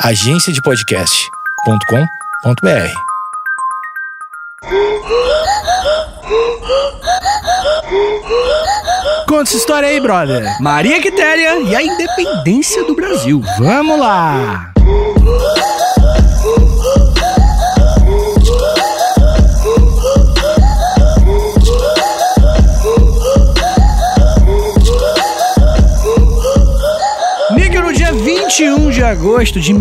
agenciadepodcast.com.br. Conta essa história aí, brother. Maria Quitéria e a independência do Brasil. Vamos lá. No dia 21 de agosto de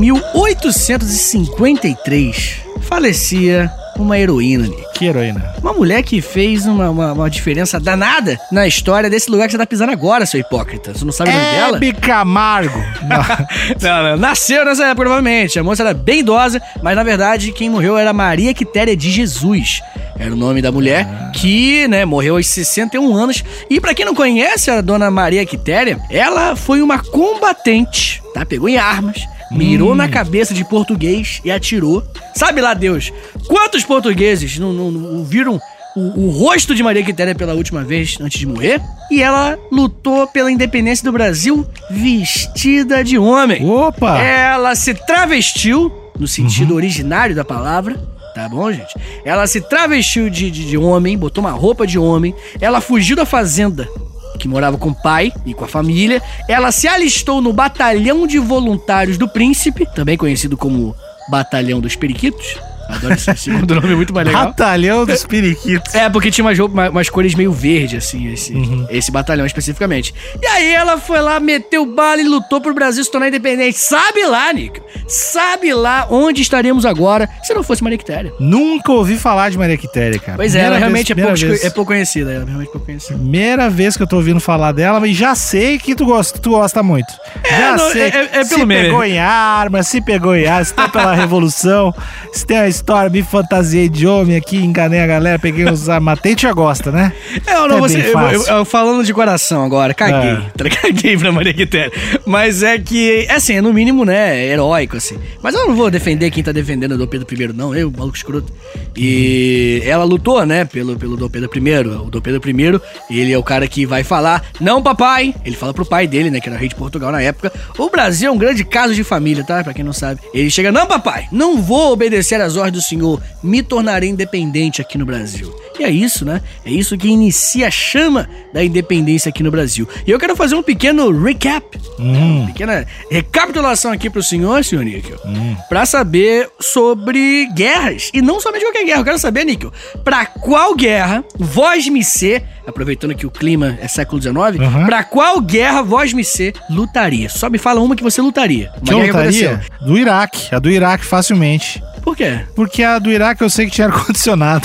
1853, falecia uma heroína, Nick. Que heroína? Uma mulher que fez uma diferença danada na história desse lugar que você tá pisando agora, seu hipócrita. Você não sabe o nome dela? Hebe Camargo. Não. Nasceu nessa época, provavelmente. A moça era bem idosa, mas na verdade quem morreu era Maria Quitéria de Jesus. Era o nome da mulher que, morreu aos 61 anos. E pra quem não conhece a dona Maria Quitéria, ela foi uma combatente, tá? Pegou em armas, mirou na cabeça de português e atirou. Sabe lá Deus, quantos portugueses não viram o rosto de Maria Quitéria pela última vez antes de morrer? E ela lutou pela independência do Brasil vestida de homem. Opa! Ela se travestiu, no sentido originário da palavra. Tá bom, gente? Ela se travestiu de homem, botou uma roupa de homem. Ela fugiu da fazenda, que morava com o pai e com a família. Ela se alistou no Batalhão de Voluntários do Príncipe, também conhecido como Batalhão dos Periquitos. Adoro esse segundo nome, muito mais legal. Batalhão dos Periquitos. É, porque tinha umas cores meio verde, assim, esse batalhão especificamente. E aí ela foi lá, meteu bala e lutou pro Brasil se tornar independente. Sabe lá, Nick? Sabe lá onde estaremos agora se não fosse Maria Quitéria. Nunca ouvi falar de Maria Quitéria, cara. Pois é, ela realmente é pouco conhecida. Ela realmente é pouco conhecida. Primeira vez que eu tô ouvindo falar dela, mas já sei que tu gosta muito. Sei. É pelo se meme. Pegou em arma, se tá pela Revolução, se tem a história, me fantasiei de homem aqui, enganei a galera, peguei os armatei, já gosta, né? Eu falando de coração agora, caguei. Caguei pra Maria Quitéria. Mas é que, assim, no mínimo, heróico, assim. Mas eu não vou defender quem tá defendendo o Dom Pedro I, não. Eu, maluco escroto. E ela lutou, pelo Dom Pedro I. O Dom Pedro I, ele é o cara que vai falar, não, papai. Ele fala pro pai dele, que era rei de Portugal na época. O Brasil é um grande caso de família, tá? Pra quem não sabe. Ele chega, não, papai, não vou obedecer às ordens do senhor. Me tornarei independente aqui no Brasil. E é isso, É isso que inicia a chama da independência aqui no Brasil. E eu quero fazer um pequeno recap, uma pequena recapitulação aqui pro senhor Níquel, pra saber sobre guerras. E não somente qualquer guerra, eu quero saber, Níquel, pra qual guerra Vosmecê, aproveitando que o clima é século XIX, pra qual guerra Vosmecê lutaria? Só me fala uma que você lutaria. Que eu lutaria? Do Iraque. A do Iraque, facilmente. Por quê? Porque a do Iraque eu sei que tinha ar-condicionado.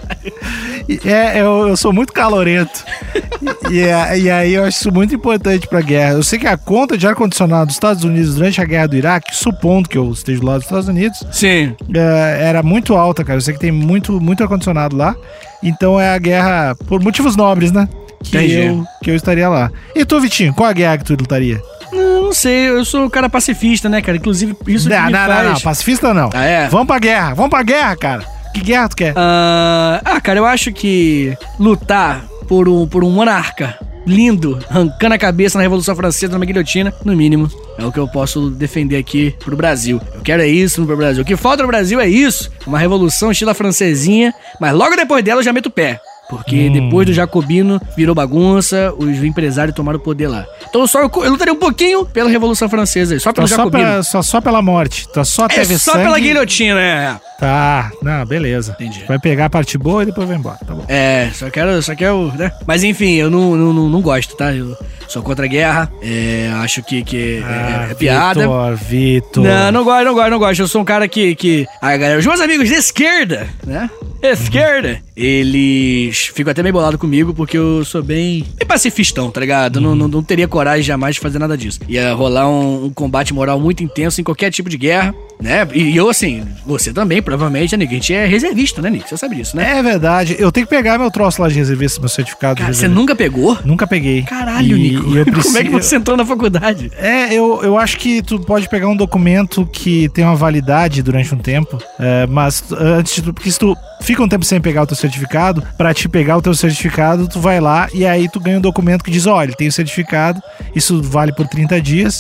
Eu sou muito calorento. E aí eu acho isso muito importante pra guerra. Eu sei que a conta de ar-condicionado dos Estados Unidos durante a guerra do Iraque, supondo que eu esteja do lado dos Estados Unidos, sim, era muito alta, cara. Eu sei que tem muito ar-condicionado lá. Então é a guerra por motivos nobres, que eu estaria lá. E tu, Vitinho, qual a guerra que tu lutaria? Não sei, eu sou um cara pacifista, cara? Inclusive, isso que me faz... Não, pacifista não. Ah, é? Vamos pra guerra, cara. Que guerra tu quer? Cara, eu acho que lutar por um monarca lindo, arrancando a cabeça na Revolução Francesa, numa guilhotina, no mínimo, é o que eu posso defender aqui pro Brasil. Eu quero isso pro Brasil. O que falta no Brasil é isso, uma revolução estilo francesinha, mas logo depois dela eu já meto o pé. Porque depois do Jacobino virou bagunça, os empresários tomaram o poder lá. Então eu lutaria um pouquinho pela Revolução Francesa, só pelo Jacobino. Só pela morte, só até ver só sangue. Pela guilhotina, Tá, não, beleza. Entendi. Vai pegar a parte boa e depois vai embora, tá bom. Só quero, Mas enfim, eu não gosto, tá? Eu sou contra a guerra, acho que é piada. Vitor. Não gosto. Eu sou um cara que os meus amigos de esquerda, esquerda, eles ficam até meio bolados comigo porque eu sou bem pacifistão, tá ligado? Não teria coragem jamais de fazer nada disso. Ia rolar um combate moral muito intenso em qualquer tipo de guerra, E eu, assim, você também, provavelmente, Nick, a gente é reservista, Nick? Você sabe disso, É verdade. Eu tenho que pegar meu troço lá de reservista, meu certificado de reservista. Você nunca pegou? Nunca peguei. Caralho, Nico. Como é que você entrou na faculdade? Eu acho que tu pode pegar um documento que tem uma validade durante um tempo, mas antes de porque se tu fica um tempo sem pegar o teu certificado, pra te pegar o teu certificado, tu vai lá e aí tu ganha um documento que diz, olha, tem o certificado, isso vale por 30 dias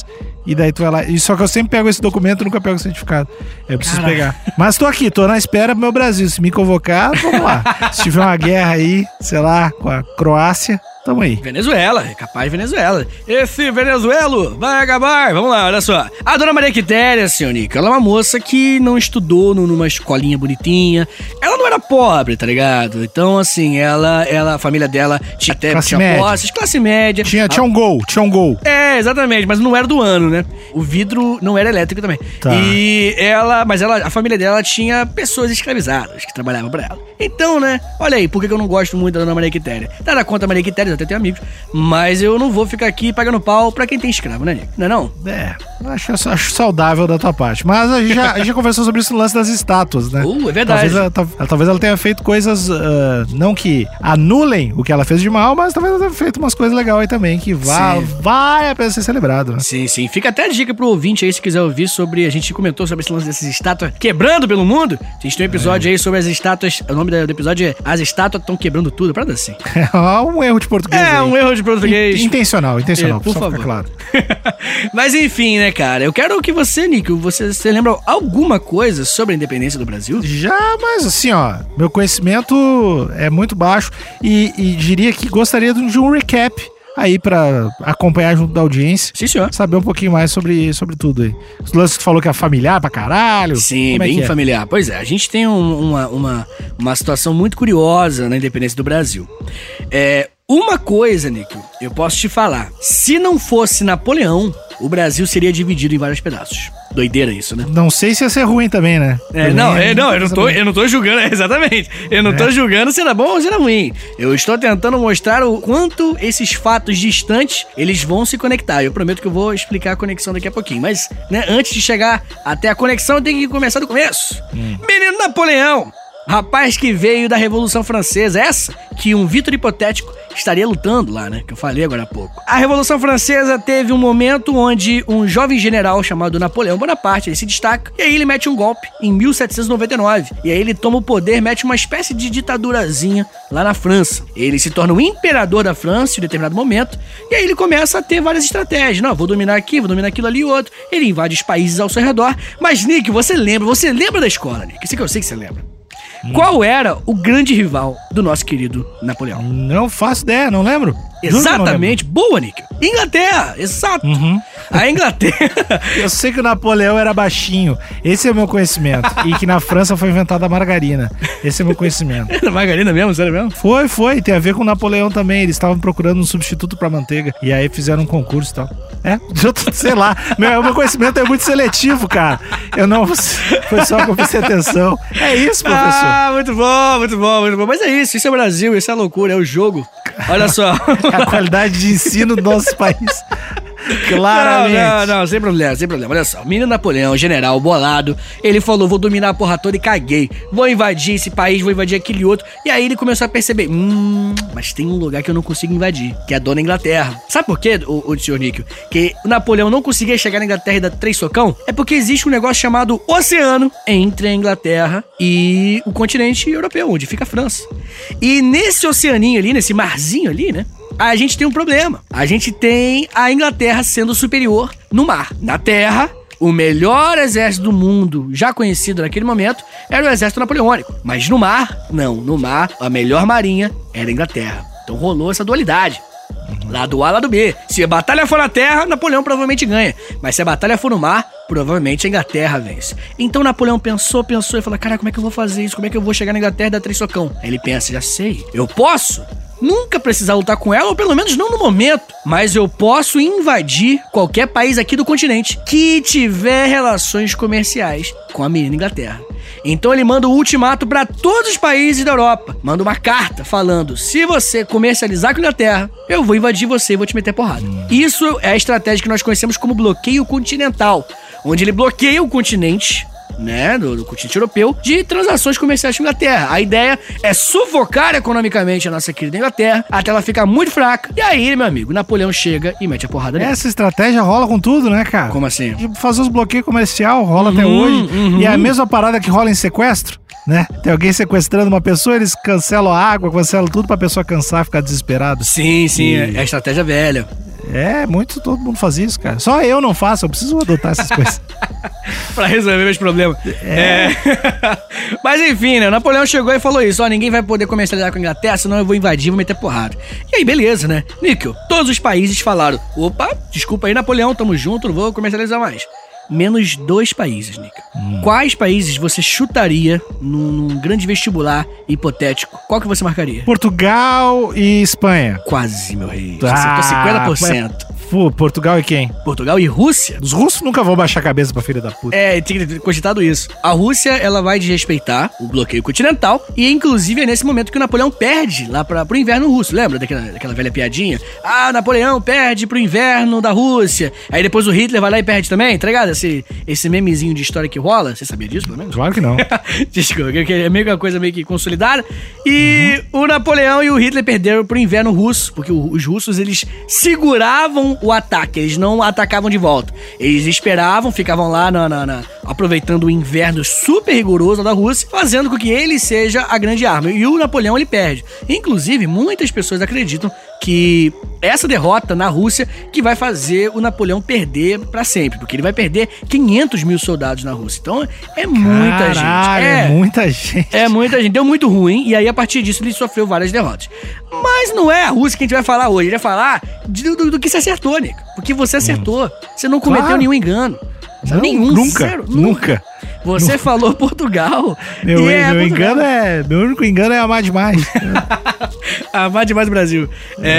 e daí tu vai lá. E só que eu sempre pego esse documento e nunca pego o certificado. Eu preciso pegar. Mas tô aqui, tô na espera pro meu Brasil. Se me convocar, vamos lá. Se tiver uma guerra aí, sei lá, com a Croácia, tamo aí. Venezuela, é capaz de Venezuela. Esse Venezuelo vai acabar. Vamos lá, olha só. A dona Maria Quitéria, senhor Nico, ela é uma moça que não estudou numa escolinha bonitinha. Ela não era pobre, tá ligado? Então, assim, a família dela tinha até posses, classe média. Tinha um gol. É, exatamente, mas não era do ano, né? O vidro não era elétrico também. Tá. E a família dela tinha pessoas escravizadas que trabalhavam pra ela. Então, né, olha aí, por que eu não gosto muito da dona Maria Quitéria? Nada contra a Maria Quitéria, eu até tenho amigos, mas eu não vou ficar aqui pagando pau pra quem tem escravo, né, Nico? Não é não? Acho saudável da tua parte. Mas a gente já conversou sobre isso no lance das estátuas, né? É verdade. Talvez ela tenha feito coisas, não que anulem o que ela fez de mal, mas talvez ela tenha feito umas coisas legais aí também, que vai a pena ser celebrado, né? Sim. Fica até a dica pro ouvinte aí, se quiser ouvir sobre... A gente comentou sobre esse lance dessas estátuas quebrando pelo mundo. A gente tem um episódio aí sobre as estátuas. O nome do episódio é As Estátuas Estão Quebrando Tudo, pra dar assim. Um erro de português. Um erro de português. Intencional, por favor. Ficar claro. Mas enfim, né, cara? Eu quero que você, Nico, você lembra alguma coisa sobre a independência do Brasil? Já, mas assim, ó, meu conhecimento é muito baixo e diria que gostaria de um recap aí pra acompanhar junto da audiência. Sim, senhor. Saber um pouquinho mais sobre tudo aí. Os lances que tu falou que é familiar pra caralho. Sim, bem familiar. Pois é, a gente tem uma situação muito curiosa na independência do Brasil. Uma coisa, Nico, eu posso te falar. Se não fosse Napoleão, o Brasil seria dividido em vários pedaços. Doideira isso, né? Não sei se ia ser ruim também, né? Eu não tô julgando, exatamente. Eu não tô julgando se era bom ou se era ruim. Eu estou tentando mostrar o quanto esses fatos distantes, eles vão se conectar. Eu prometo que eu vou explicar a conexão daqui a pouquinho. Mas, né, antes de chegar até a conexão, eu tenho que começar do começo. Menino Napoleão! Rapaz que veio da Revolução Francesa, essa que um Vitor hipotético estaria lutando lá, né? Que eu falei agora há pouco. A Revolução Francesa teve um momento onde um jovem general chamado Napoleão Bonaparte, ele se destaca, e aí ele mete um golpe em 1799. E aí ele toma o poder, mete uma espécie de ditadurazinha lá na França. Ele se torna o imperador da França em um determinado momento, e aí ele começa a ter várias estratégias. Não, vou dominar aqui, vou dominar aquilo ali e outro. Ele invade os países ao seu redor. Mas, Nick, você lembra da escola, Nick? Isso que eu sei que você lembra. Qual era o grande rival do nosso querido Napoleão? Não faço ideia, não lembro. Exatamente, boa, Nick. Inglaterra, exato. A Inglaterra. Eu sei que o Napoleão era baixinho. Esse é o meu conhecimento. E que na França foi inventada a margarina. Esse é o meu conhecimento. Era margarina mesmo? Sério mesmo? Foi. Tem a ver com o Napoleão também. Eles estavam procurando um substituto pra manteiga. E aí fizeram um concurso e tal. Sei lá. O meu conhecimento é muito seletivo, cara. Eu não... Foi só que eu prestei atenção. É isso, professor. Muito bom. Mas é isso é o Brasil, isso é a loucura, é o jogo. Olha só. A qualidade de ensino do nosso país. Claramente. Não, sem problema. Olha só, o menino Napoleão, general, bolado, ele falou, vou dominar a porra toda e caguei. Vou invadir esse país, vou invadir aquele outro. E aí ele começou a perceber, mas tem um lugar que eu não consigo invadir, que é a dona Inglaterra. Sabe por quê, o senhor Níquel? Que o Napoleão não conseguia chegar na Inglaterra e dar 3 socão? É porque existe um negócio chamado oceano entre a Inglaterra e o continente europeu, onde fica a França. E nesse oceaninho ali, nesse marzinho ali, né? A gente tem um problema. A gente tem a Inglaterra sendo superior no mar. Na terra, o melhor exército do mundo, já conhecido naquele momento, era o exército napoleônico. Mas no mar, não. No mar, a melhor marinha era a Inglaterra. Então rolou essa dualidade. Lado A, lado B. Se a batalha for na terra, Napoleão provavelmente ganha. Mas se a batalha for no mar, provavelmente a Inglaterra vence. Então Napoleão pensou e falou, cara, como é que eu vou fazer isso? Como é que eu vou chegar na Inglaterra e dar 3 socão? Aí ele pensa, já sei, eu posso nunca precisar lutar com ela, ou pelo menos não no momento, mas eu posso invadir qualquer país aqui do continente que tiver relações comerciais com a menina Inglaterra. Então ele manda o ultimato para todos os países da Europa. Manda uma carta falando, se você comercializar com a Inglaterra, eu vou invadir você e vou te meter porrada. Isso é a estratégia que nós conhecemos como bloqueio continental, onde ele bloqueia o continente, né, do continente europeu, de transações comerciais com a Inglaterra. A ideia é sufocar economicamente a nossa querida Inglaterra até ela ficar muito fraca. E aí, meu amigo, Napoleão chega e mete a porrada nela. Essa estratégia rola com tudo, né, cara? Como assim? Fazer os bloqueios comerciais rola até hoje. E é a mesma parada que rola em sequestro, né? Tem alguém sequestrando uma pessoa, eles cancelam a água, cancelam tudo pra pessoa cansar, ficar desesperado. Sim, é a estratégia velha. Todo mundo faz isso, cara. Só eu não faço, eu preciso adotar essas coisas. Pra resolver meus problemas. Mas enfim, né? O Napoleão chegou e falou isso: ninguém vai poder comercializar com a Inglaterra, senão eu vou invadir, vou meter porrada. E aí, beleza, né? Níquel, todos os países falaram: opa, desculpa aí, Napoleão, tamo junto, não vou comercializar mais. Menos 2 países, Nica. Quais países você chutaria num grande vestibular hipotético? Qual que você marcaria? Portugal e Espanha. Quase, meu rei. Você acertou 50%. Portugal e quem? Portugal e Rússia. Os russos nunca vão baixar a cabeça pra filha da puta. Tinha que ter cogitado isso. A Rússia, ela vai desrespeitar o bloqueio continental e, inclusive, é nesse momento que o Napoleão perde lá pro inverno russo. Lembra daquela velha piadinha? Napoleão perde pro inverno da Rússia. Aí depois o Hitler vai lá e perde também, tá ligado? Esse memezinho de história que rola. Você sabia disso, pelo menos? Claro que não. Desculpa, que é meio uma coisa meio que consolidada. E o Napoleão e o Hitler perderam pro inverno russo, porque os russos, eles seguravam o ataque, eles não atacavam de volta. Eles esperavam, ficavam lá aproveitando o inverno super rigoroso da Rússia, fazendo com que ele seja a grande arma. E o Napoleão, ele perde. Inclusive, muitas pessoas acreditam que essa derrota na Rússia que vai fazer o Napoleão perder pra sempre, porque ele vai perder 500 mil soldados na Rússia. Então, é muita gente. É muita gente. É muita gente. Deu muito ruim, e aí, a partir disso, ele sofreu várias derrotas. Mas não é a Rússia que a gente vai falar hoje. A gente vai falar do que você acertou, Nico. Porque você acertou. Você não cometeu nenhum engano. Não, nenhum. Nunca. Zero, Nunca. Você falou Portugal. Meu único engano é amar demais. Amar demais o Brasil.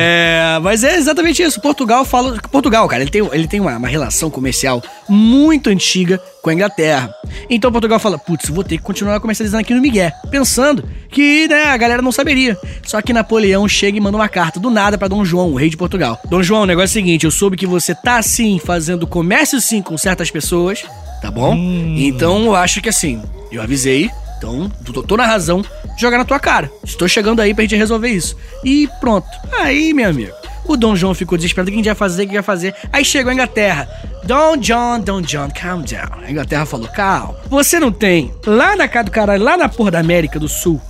Mas é exatamente isso. Portugal, cara, ele tem uma relação comercial muito antiga com a Inglaterra. Então Portugal fala: putz, vou ter que continuar comercializando aqui no Miguel. Pensando que, né, a galera não saberia. Só que Napoleão chega e manda uma carta do nada pra Dom João, o rei de Portugal. Dom João, o negócio é o seguinte: eu soube que você tá, sim, fazendo comércio, sim, com certas pessoas. Tá bom? Então eu acho que assim, eu avisei, então tô na razão de jogar na tua cara. Estou chegando aí pra gente resolver isso. E pronto. Aí, meu amigo, o Dom João ficou desesperado. O que a gente vai fazer? Aí chegou a Inglaterra. Dom John, calm down. A Inglaterra falou: calma. Você não tem, lá na casa do caralho, lá na porra da América do Sul,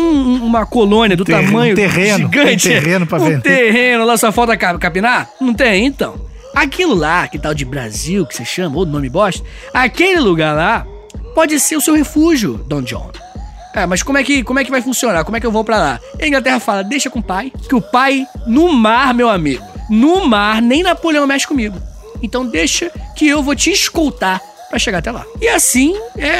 uma colônia do tamanho gigante. Terreno pra vender. Terreno, lá só falta capinar? Não tem, então. Aquilo lá, que tal de Brasil, que você chama, ou nome bosta, aquele lugar lá pode ser o seu refúgio, Dom John. Mas como é que vai funcionar? Como é que eu vou pra lá? E a Inglaterra fala: deixa com o pai, que o pai, no mar, meu amigo, no mar, nem Napoleão mexe comigo. Então deixa que eu vou te escoltar pra chegar até lá. E assim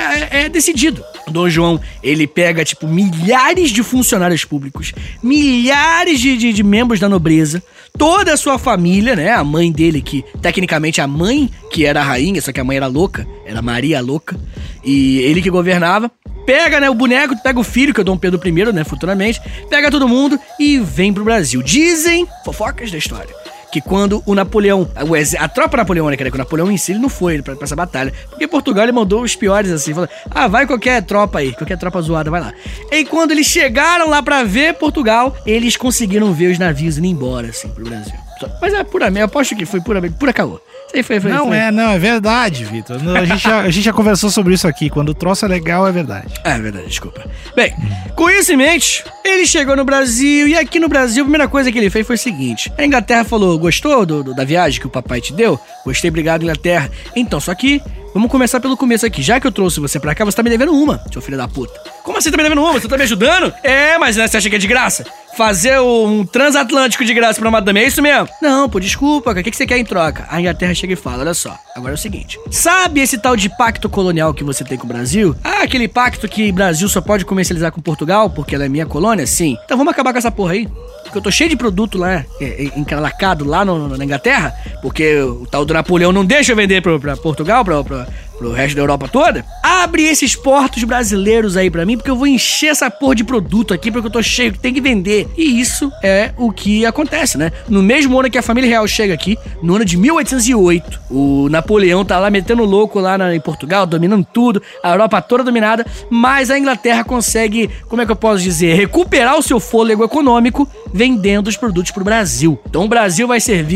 é decidido. O Dom João, ele pega, milhares de funcionários públicos, milhares de membros da nobreza, toda a sua família, né? A mãe dele, que tecnicamente a mãe que era a rainha, só que a mãe era louca, era Maria Louca, e ele que governava. Pega, né, o boneco, pega o filho, que é o Dom Pedro I, né, futuramente, pega todo mundo e vem pro Brasil. Dizem, fofocas da história, que quando o Napoleão, a tropa napoleônica, né, que o Napoleão em si, ele não foi pra essa batalha, porque Portugal, ele mandou os piores assim, falou: vai qualquer tropa aí, qualquer tropa zoada, vai lá. E quando eles chegaram lá pra ver Portugal, eles conseguiram ver os navios indo embora, assim, pro Brasil. Mas é puramente, eu aposto que foi pura caô. Não, é verdade, Vitor. A gente já conversou sobre isso aqui. Quando o troço é legal, é verdade. É verdade, desculpa. Bem, com isso em mente, ele chegou no Brasil, e aqui no Brasil a primeira coisa que ele fez foi o seguinte: a Inglaterra falou: gostou da viagem que o papai te deu? Gostei, obrigado, Inglaterra. Então, só que vamos começar pelo começo aqui. Já que eu trouxe você pra cá, você tá me devendo uma, seu filho da puta. Como assim tá me devendo uma? Você tá me ajudando? Mas né, você acha que é de graça? Fazer um transatlântico de graça pra madame, é isso mesmo? Não, pô, desculpa, o que você quer em troca? A Inglaterra chega e fala: olha só, agora é o seguinte: sabe esse tal de pacto colonial que você tem com o Brasil? Aquele pacto que o Brasil só pode comercializar com Portugal porque ela é minha colônia? Sim. Então vamos acabar com essa porra aí. Porque eu tô cheio de produto lá, encalacado lá na Inglaterra, porque o tal do Napoleão não deixa eu vender pra Portugal, pro resto da Europa toda. Abre esses portos brasileiros aí pra mim, porque eu vou encher essa porra de produto aqui, porque eu tô cheio, tem que vender. E isso é o que acontece, né? No mesmo ano que a família real chega aqui, no ano de 1808, o Napoleão tá lá metendo louco lá em Portugal, dominando tudo, a Europa toda dominada, mas a Inglaterra consegue, como é que eu posso dizer, recuperar o seu fôlego econômico vendendo os produtos pro Brasil. Então o Brasil vai servir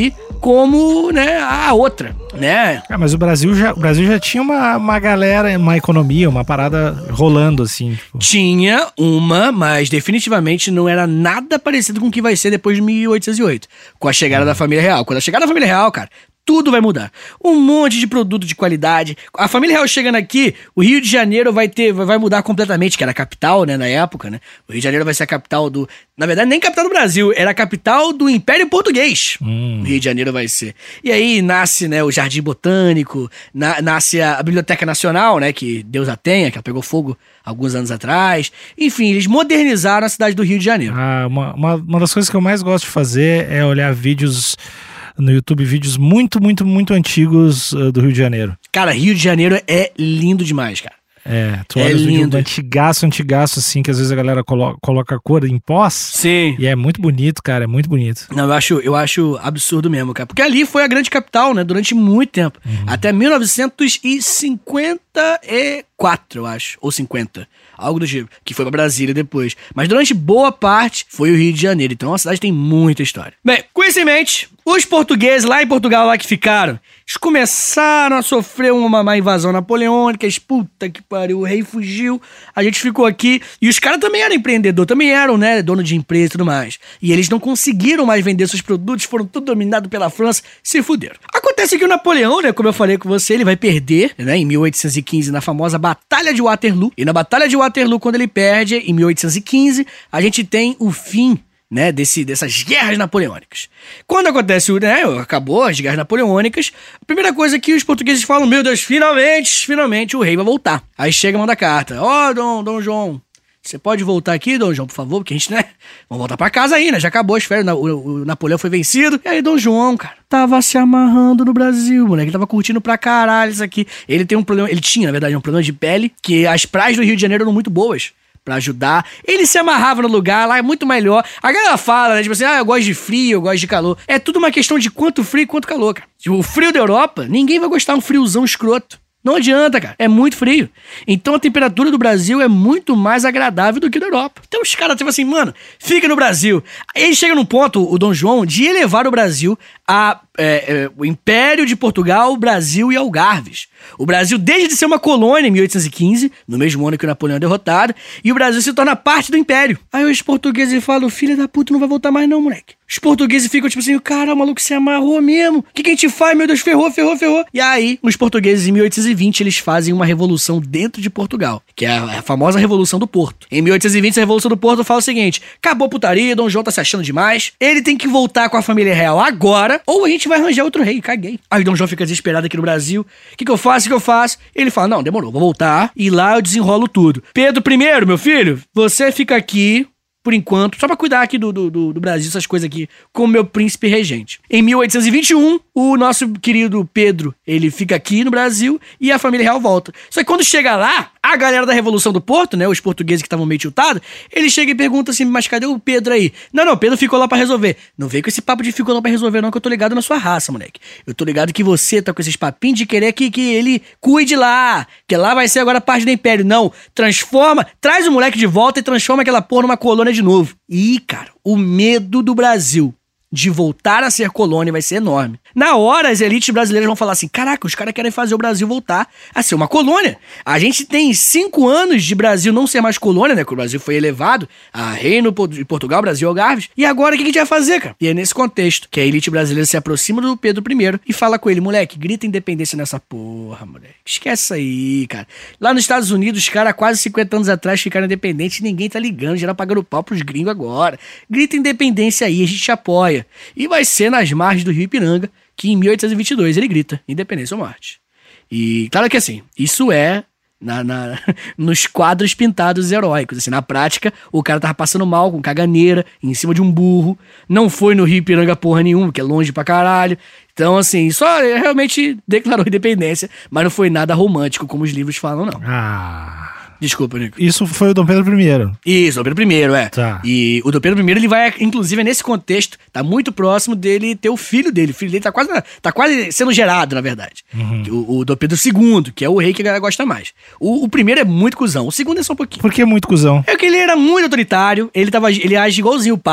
como, né, a outra, né? Mas o Brasil já tinha uma galera, uma economia, uma parada rolando, assim. Tipo. Tinha uma, mas definitivamente não era nada parecido com o que vai ser depois de 1808, com a chegada da família real. Quando a chegada da família real, cara, tudo vai mudar. Um monte de produto de qualidade. A família real chegando aqui, o Rio de Janeiro vai mudar completamente, que era a capital, né, na época, né? O Rio de Janeiro vai ser a capital do... Na verdade, nem capital do Brasil, era a capital do Império Português. O Rio de Janeiro vai ser. E aí nasce, né, o Jardim Botânico, nasce a Biblioteca Nacional, né, que Deus a tenha, que ela pegou fogo alguns anos atrás. Enfim, eles modernizaram a cidade do Rio de Janeiro. Uma das coisas que eu mais gosto de fazer é olhar vídeos... no YouTube, vídeos muito, muito, muito antigos do Rio de Janeiro. Cara, Rio de Janeiro é lindo demais, cara. Tu olha os vídeos antigaço, assim, que às vezes a galera coloca a cor em pós. Sim. E é muito bonito, cara, é muito bonito. Não, eu acho absurdo mesmo, cara. Porque ali foi a grande capital, né, durante muito tempo. Até 1954, eu acho, ou 50. Algo do tipo, que foi pra Brasília depois. Mas durante boa parte foi o Rio de Janeiro. Então a cidade tem muita história. Bem, com isso em mente, os portugueses lá em Portugal, lá que ficaram, eles começaram a sofrer uma invasão napoleônica. Puta que pariu, o rei fugiu. A gente ficou aqui. E os caras também eram empreendedores, também eram, né, dono de empresa e tudo mais. E eles não conseguiram mais vender seus produtos, foram tudo dominados pela França, se fuderam. Acontece que o Napoleão, né, como eu falei com você, ele vai perder, né, em 1815, na famosa Batalha de Waterloo. E na Batalha de Waterloo, quando ele perde, em 1815, a gente tem o fim, né, dessas guerras napoleônicas. Quando acontece, né, acabou as guerras napoleônicas, a primeira coisa que os portugueses falam, meu Deus, finalmente o rei vai voltar. Aí chega e manda carta, Dom João, você pode voltar aqui, Dom João, por favor, porque a gente, né, vamos voltar pra casa aí, né, já acabou as férias, o Napoleão foi vencido, e aí Dom João, cara, tava se amarrando no Brasil, moleque, ele tava curtindo pra caralho isso aqui. Ele tinha, na verdade, um problema de pele, que as praias do Rio de Janeiro eram muito boas pra ajudar. Ele se amarrava no lugar, lá é muito melhor. A galera fala, né, tipo assim, eu gosto de frio, eu gosto de calor. É tudo uma questão de quanto frio e quanto calor, cara. Tipo, o frio da Europa, ninguém vai gostar de um friozão escroto. Não adianta, cara. É muito frio. Então a temperatura do Brasil é muito mais agradável do que da Europa. Então os caras, tipo assim, mano, fica no Brasil. Aí ele chega num ponto, o Dom João, de elevar o Brasil a o Império de Portugal, Brasil e Algarves. O Brasil, desde de ser uma colônia em 1815, no mesmo ano que o Napoleão é derrotado, e o Brasil se torna parte do Império. Aí os portugueses falam, filha da puta, não vai voltar mais não, moleque. Os portugueses ficam tipo assim, cara, o maluco se amarrou mesmo. O que a gente faz? Meu Deus, ferrou. E aí, os portugueses, em 1820, eles fazem uma revolução dentro de Portugal, que é a famosa Revolução do Porto. Em 1820, a Revolução do Porto fala o seguinte, acabou a putaria, Dom João tá se achando demais, ele tem que voltar com a família real agora, ou a gente vai arranjar outro rei, caguei. Aí Dom João fica desesperado aqui no Brasil, o que eu faço? Ele fala, não, demorou, vou voltar, e lá eu desenrolo tudo. Pedro I, meu filho, você fica aqui, por enquanto, só pra cuidar aqui do Brasil, essas coisas aqui, como meu príncipe regente. Em 1821, o nosso querido Pedro, ele fica aqui no Brasil e a família real volta. Só que quando chega lá, a galera da Revolução do Porto, né, os portugueses que estavam meio tiltados, ele chega e pergunta assim, mas cadê o Pedro aí? Não, Pedro ficou lá pra resolver. Não vem com esse papo de ficou lá pra resolver não, que eu tô ligado na sua raça, moleque. Eu tô ligado que você tá com esses papinhos de querer que ele cuide lá, que lá vai ser agora parte do Império. Não, traz o moleque de volta e transforma aquela porra numa colônia de novo. E, cara, o medo do Brasil de voltar a ser colônia vai ser enorme. Na hora, as elites brasileiras vão falar assim, caraca, os caras querem fazer o Brasil voltar a ser uma colônia. A gente tem 5 anos de Brasil não ser mais colônia, né? Que o Brasil foi elevado a Reino de Portugal, Brasil e Algarves. E agora, o que a gente vai fazer, cara? E é nesse contexto que a elite brasileira se aproxima do Pedro I e fala com ele, moleque, grita independência nessa porra, moleque. Esquece isso aí, cara. Lá nos Estados Unidos, os caras quase 50 anos atrás ficaram independentes e ninguém tá ligando, já tá pagando pau pros gringos agora. Grita independência aí, a gente te apoia. E vai ser nas margens do Rio Ipiranga que em 1822 ele grita independência ou morte. E claro que assim, isso é nos quadros pintados heróicos. Assim, na prática, o cara tava passando mal com caganeira em cima de um burro. Não foi no Rio Ipiranga porra nenhuma, que é longe pra caralho. Então, assim, só realmente declarou independência, mas não foi nada romântico, como os livros falam, não. Desculpa, Nico. Isso foi o Dom Pedro I. Isso, Dom Pedro I, é. Tá. E o Dom Pedro I, ele vai, inclusive, nesse contexto, tá muito próximo dele ter o filho dele. O filho dele tá quase sendo gerado, na verdade. O Dom Pedro II, que é o rei que a galera gosta mais. O primeiro é muito cuzão, o segundo é só um pouquinho. Por que muito cuzão? É que ele era muito autoritário, ele age igualzinho o pai.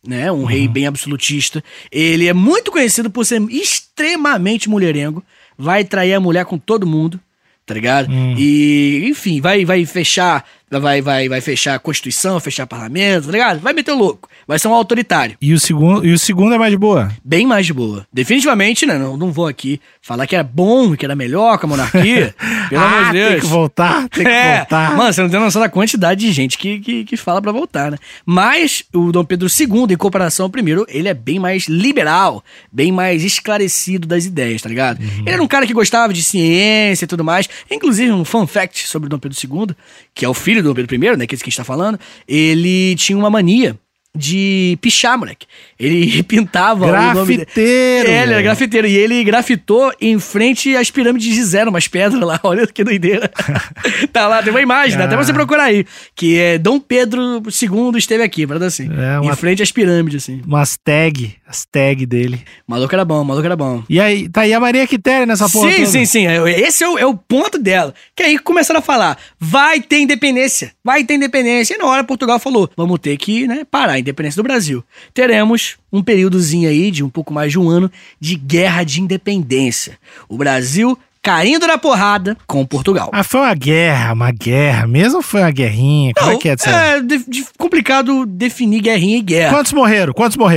né? Um rei bem absolutista. Ele é muito conhecido por ser extremamente mulherengo. Vai trair a mulher com todo mundo, tá ligado? E, enfim, vai fechar... Vai fechar a Constituição, fechar parlamento, tá ligado? Vai meter o louco. Vai ser um autoritário. E o segundo é mais de boa? Bem mais de boa. Definitivamente, né? Não vou aqui falar que era bom, que era melhor que a monarquia. Pelo amor de Deus. Tem que voltar. Mano, você não tem noção da quantidade de gente que fala pra voltar, né? Mas o Dom Pedro II, em comparação ao primeiro, ele é bem mais liberal, bem mais esclarecido das ideias, tá ligado? Ele era um cara que gostava de ciência e tudo mais. Inclusive, um fun fact sobre o Dom Pedro II, que é o filho do Dom Pedro I, né, que é esse que a gente tá falando, ele tinha uma mania de pichar, moleque. Ele pintava grafiteiro. Ele era grafiteiro. E ele grafitou em frente às pirâmides de Gizé, umas pedras lá. Olha que doideira. Tá lá, tem uma imagem, dá até você procurar aí. Que é Dom Pedro II esteve aqui, parada assim. Em frente às pirâmides, assim. As tag dele. Maluco era bom. E aí, tá aí a Maria Quitéria nessa porra toda. Sim. Esse é o ponto dela. Que aí começaram a falar, vai ter independência. E na hora Portugal falou, vamos ter que, né, parar a independência do Brasil. Teremos um períodozinho aí de um pouco mais de um ano de guerra de independência. O Brasil caindo na porrada com Portugal. Foi uma guerra mesmo, ou foi uma guerrinha? Como é que é? Complicado definir guerrinha e guerra. Quantos morreram?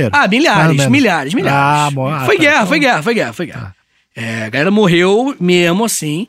Milhares. Foi guerra. A galera morreu mesmo, assim,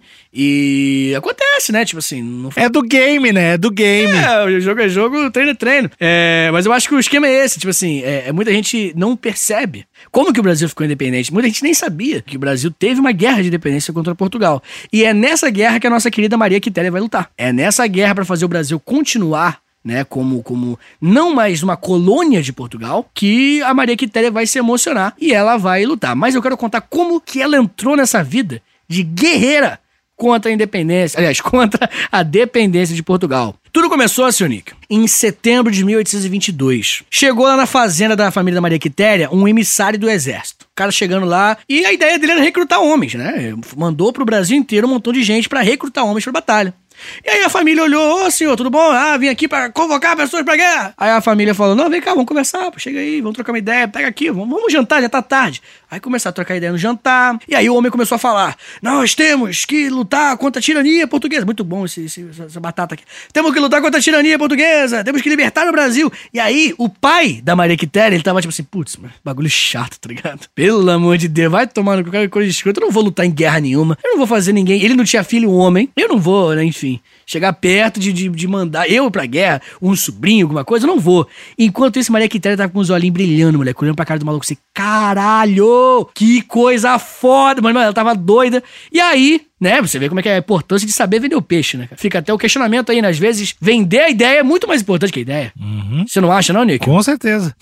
e acontece, né? Tipo assim... Não foi... É do game, né? O jogo é jogo, treino é treino. Mas eu acho que o esquema é esse, tipo assim, muita gente não percebe como que o Brasil ficou independente. Muita gente nem sabia que o Brasil teve uma guerra de independência contra Portugal. E é nessa guerra que a nossa querida Maria Quitéria vai lutar. É nessa guerra pra fazer o Brasil continuar, né, como não mais uma colônia de Portugal, que a Maria Quitéria vai se emocionar e ela vai lutar. Mas eu quero contar como que ela entrou nessa vida de guerreira contra a independência, aliás, contra a dependência de Portugal. Tudo começou, Sr. Nick, em setembro de 1822. Chegou lá na fazenda da família da Maria Quitéria um emissário do exército. O cara chegando lá, e a ideia dele era recrutar homens, né? Mandou pro Brasil inteiro um montão de gente pra recrutar homens pra batalha. E aí a família olhou, senhor, tudo bom? Vim aqui pra convocar pessoas pra guerra. Aí a família falou, não, vem cá, vamos conversar, pô, chega aí, vamos trocar uma ideia, pega aqui, vamos jantar, já tá tarde. Aí começaram a trocar ideia no jantar, e aí o homem começou a falar, nós temos que lutar contra a tirania portuguesa. Muito bom essa batata aqui. Temos que lutar contra a tirania portuguesa, temos que libertar o Brasil. E aí o pai da Maria Quitéria, ele tava tipo assim, putz, bagulho chato, tá ligado? Pelo amor de Deus, vai tomar no qualquer coisa escrota, eu não vou lutar em guerra nenhuma, eu não vou fazer ninguém, ele não tinha filho homem, eu não vou, né, enfim... Chegar perto de mandar eu pra guerra, um sobrinho, alguma coisa, eu não vou. Enquanto isso, Maria Quitéria tava com os olhinhos brilhando, moleque, olhando pra cara do maluco assim, caralho, que coisa foda, mano, ela tava doida. E aí, né, você vê como é que é a importância de saber vender o peixe, né, cara? Fica até o questionamento aí, né, às vezes, vender a ideia é muito mais importante que a ideia. Você não acha, não, Nick? Com certeza.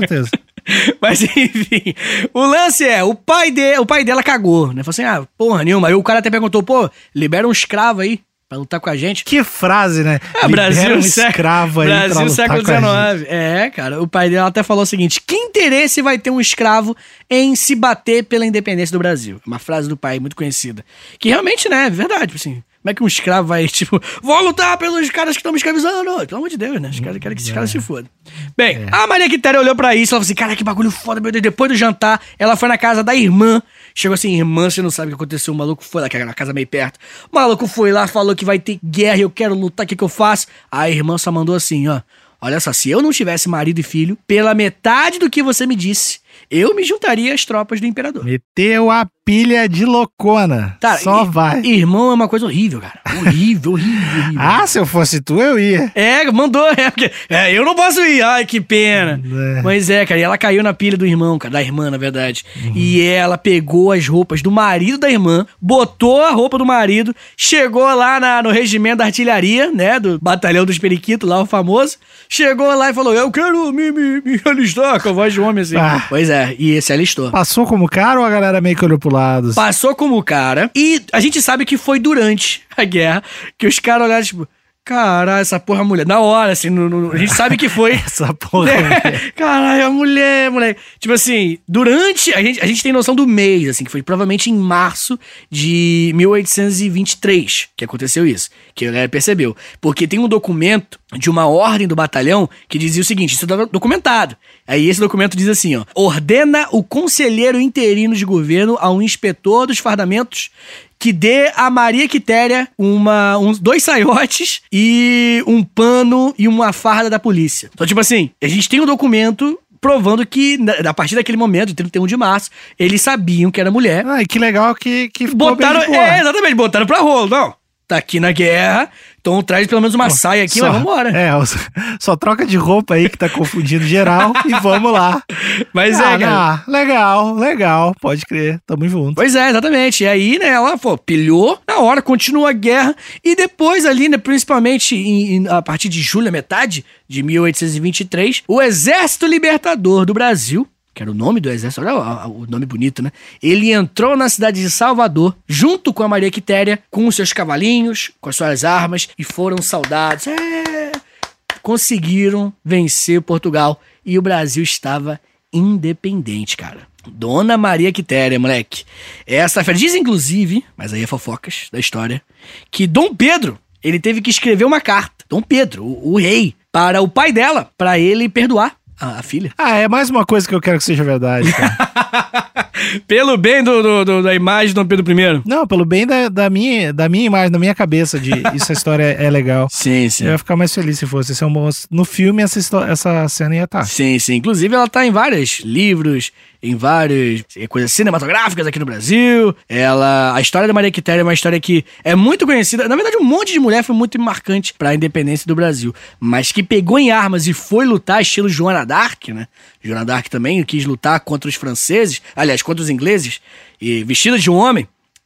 Mas enfim, o lance é, o pai dela cagou, né, falou assim, porra nenhuma. Aí o cara até perguntou, libera um escravo aí pra lutar com a gente. Que frase, né? Brasil, escravo aí Brasil, século XIX. Cara, o pai dela até falou o seguinte, que interesse vai ter um escravo em se bater pela independência do Brasil? Uma frase do pai muito conhecida. Que realmente, né, é verdade, assim... Como é que um escravo vai, tipo, vou lutar pelos caras que estão me escravizando? Pelo amor de Deus, né? Os caras querem que esses caras se fodam. Bem, a Maria Quitéria olhou pra isso e falou assim, cara, que bagulho foda, meu Deus. Depois do jantar, ela foi na casa da irmã. Chegou assim, irmã, você não sabe o que aconteceu. O maluco foi lá, que era na casa meio perto. O maluco foi lá, falou que vai ter guerra e eu quero lutar, o que eu faço? A irmã só mandou assim, ó. Olha só, se eu não tivesse marido e filho, pela metade do que você me disse, eu me juntaria às tropas do imperador. Meteu a pilha de loucona. Cara, só vai. Irmão é uma coisa horrível, cara. Horrível. Se eu fosse tu, eu ia. Mandou. Porque, eu não posso ir. Ai, que pena. Mas cara, e ela caiu na pilha do irmão, cara. Da irmã, na verdade. E ela pegou as roupas do marido da irmã, botou a roupa do marido, chegou lá no regimento da artilharia, né, do batalhão dos periquitos, lá o famoso. Chegou lá e falou, eu quero me alistar, com a voz de homem assim. Pois é, e se alistou. Passou como cara ou a galera meio que olhou pro lado? Passou como cara. E a gente sabe que foi durante a guerra que os caras olharam, tipo, Caralho, essa porra mulher. Na hora, assim, a gente sabe que foi. Essa porra. Caralho, a mulher, moleque. Tipo assim, durante. A gente tem noção do mês, assim, que foi provavelmente em março de 1823 que aconteceu isso. Que a galera percebeu. Porque tem um documento de uma ordem do batalhão que dizia o seguinte: isso é documentado. Aí esse documento diz assim, ó: ordena o conselheiro interino de governo ao inspetor dos fardamentos que dê a Maria Quitéria 2 saiotes e um pano e uma farda da polícia. Então, tipo assim, a gente tem um documento provando que, a partir daquele momento, 31 de março, eles sabiam que era mulher. E que legal que botaram, exatamente, botaram pra rolo. Não, tá aqui na guerra, então traz pelo menos uma saia aqui, mas vambora. Só troca de roupa aí que tá confundindo geral e vamos lá. Mas cara. Legal, pode crer, tamo junto. Pois é, exatamente. E aí, né, ela pilhou na hora, continua a guerra, e depois ali, né, principalmente a partir de julho, a metade de 1823, o Exército Libertador do Brasil, que era o nome do exército, olha o nome bonito, né? Ele entrou na cidade de Salvador, junto com a Maria Quitéria, com os seus cavalinhos, com as suas armas, e foram soldados. Conseguiram vencer Portugal, e o Brasil estava independente, cara. Dona Maria Quitéria, moleque. Essa fera diz, inclusive, mas aí é fofocas da história, que Dom Pedro, ele teve que escrever uma carta, Dom Pedro, o rei, para o pai dela, para ele perdoar a filha. É mais uma coisa que eu quero que seja verdade, cara. Pelo bem da imagem do Dom Pedro I? Não, pelo bem da minha imagem, da minha cabeça, de essa história é legal. Sim. Eu ia ficar mais feliz se fosse. Esse é um bom... No filme, essa cena ia estar. Sim. Inclusive, ela tá em vários livros, em várias coisas cinematográficas aqui no Brasil. A história da Maria Quitéria é uma história que é muito conhecida. Na verdade, um monte de mulher foi muito marcante pra independência do Brasil. Mas que pegou em armas e foi lutar, estilo Joana d'Arc, né? Joana d'Arc também quis lutar contra os franceses, aliás, contra os ingleses, e vestida de um homem.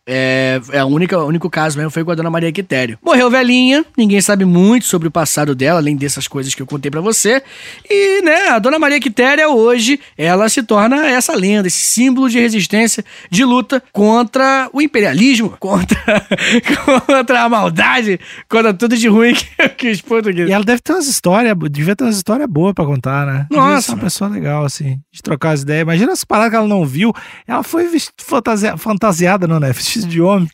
O único caso mesmo foi com a Dona Maria Quitéria. Morreu velhinha, ninguém sabe muito sobre o passado dela, além dessas coisas que eu contei pra você. E, né, a Dona Maria Quitéria hoje, ela se torna essa lenda, esse símbolo de resistência, de luta contra o imperialismo, contra a maldade, contra tudo de ruim que os portugueses. E ela deve ter devia ter umas histórias boas pra contar, né? Nossa. Devia ser uma pessoa legal, assim, de trocar as ideias. Imagina as paradas que ela não viu. Ela foi fantasiada, não, né? De homem.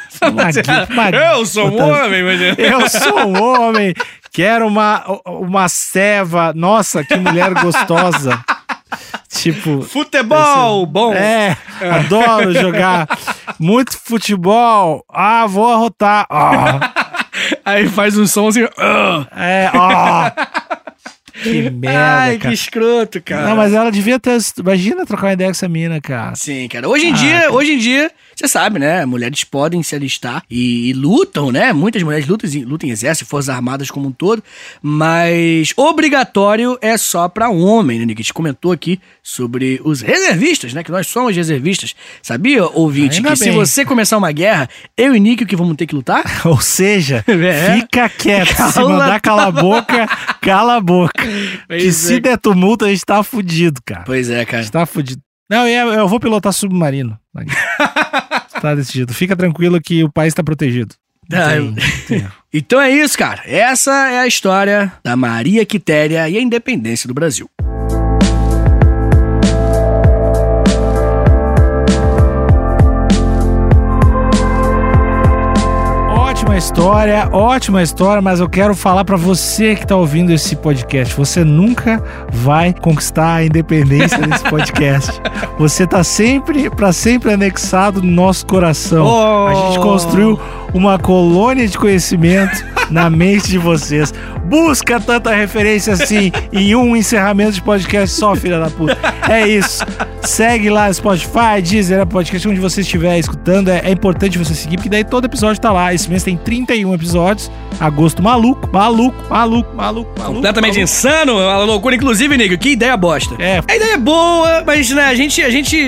Eu sou um homem, imagina. Eu sou um homem. Quero uma ceva. Nossa, que mulher gostosa. Tipo... Futebol, bom. Adoro jogar. Muito futebol. Vou arrotar. Aí faz um som assim... Que merda, Ai, cara. que escroto, cara. Não, mas ela devia ter... Imagina trocar uma ideia com essa mina, cara. Sim, cara. Hoje em dia, você sabe, né? Mulheres podem se alistar e lutam, né? Muitas mulheres lutam em exército, forças armadas como um todo, mas obrigatório é só pra homem, né? Que a gente comentou aqui sobre os reservistas, né? Que nós somos reservistas. Sabia, ouvinte, Ainda que bem. se você começar uma guerra, eu e Nick, o que vamos ter que lutar? Ou seja, fica quieto. Se mandar cala a boca, cala a boca. Que se der tumulto, a gente tá fudido, cara. Pois é, cara. A gente tá fudido. Não, eu vou pilotar submarino. Tá desse jeito. Fica tranquilo que o país tá protegido. Então é isso, cara. Essa é a história da Maria Quitéria e a independência do Brasil. Ótima história, mas eu quero falar pra você que tá ouvindo esse podcast, você nunca vai conquistar a independência desse podcast. Você tá pra sempre anexado no nosso coração. A gente construiu uma colônia de conhecimento na mente de vocês. Busca tanta referência assim em um encerramento de podcast só, filha da puta. É isso. Segue lá no Spotify, Deezer, podcast, onde você estiver escutando. É importante você seguir, porque daí todo episódio tá lá. Esse mês tem 31 episódios. Agosto maluco. Completamente insano, uma loucura. Inclusive, Nico, que ideia bosta. A ideia é boa, mas né, a gente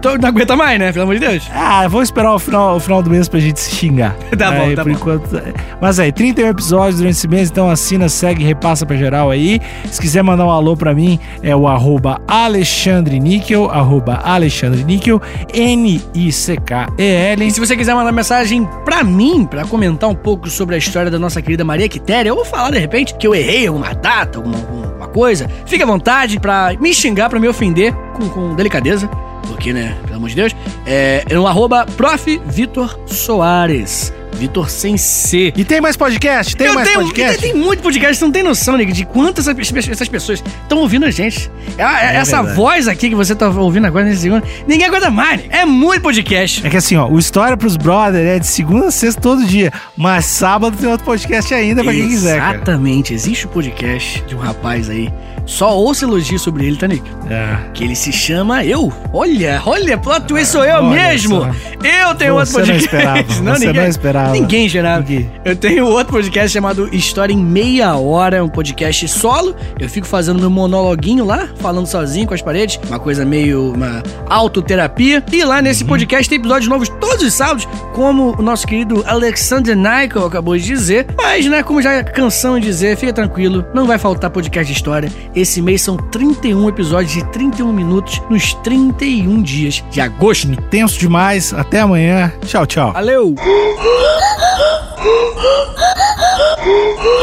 não aguenta mais, né? Pelo amor de Deus. Vou esperar o final do mês pra gente se xingar. Tá bom. Enquanto... Mas aí, 31 episódios durante esse mês, então assina, segue, repassa pra geral aí. Se quiser mandar um alô pra mim, é o @AlexandreNickel, @AlexandreNickel, NICKEL. E se você quiser mandar mensagem pra mim, pra comentar um pouco sobre a história da nossa querida Maria Quitéria, ou falar de repente que eu errei alguma data, alguma coisa, fique à vontade pra me xingar, pra me ofender com delicadeza, porque, né, pelo amor de Deus, é no @Prof. Vitor Soares. Vitor sem C. E tem mais podcast? Tem muito podcast, você não tem noção, Nick, de quantas essas pessoas estão ouvindo a gente. Essa verdade. Voz aqui que você tá ouvindo agora nesse segundo, ninguém aguenta mais. É muito podcast. É que assim, ó, o História pros Brothers é de segunda a sexta todo dia, mas sábado tem outro podcast ainda pra quem quiser, cara. Exatamente. Existe um podcast de um rapaz aí, só ouça elogios sobre ele, tá, Nick? Que ele se chama Olha, plot twist, sou eu mesmo. Só. Eu tenho outro podcast. Você não esperava. Ninguém esperava. Eu tenho outro podcast chamado História em Meia Hora, um podcast solo. Eu fico fazendo meu monologuinho lá, falando sozinho com as paredes, uma coisa meio uma autoterapia. E lá nesse podcast tem episódios novos todos os sábados, como o nosso querido Alexander Nickel acabou de dizer. Mas, né, como já cansamos de dizer, fica tranquilo, não vai faltar podcast de história. Esse mês são 31 episódios de 31 minutos nos 31 dias de agosto. Intenso demais. Até amanhã. Tchau, tchau. Valeu!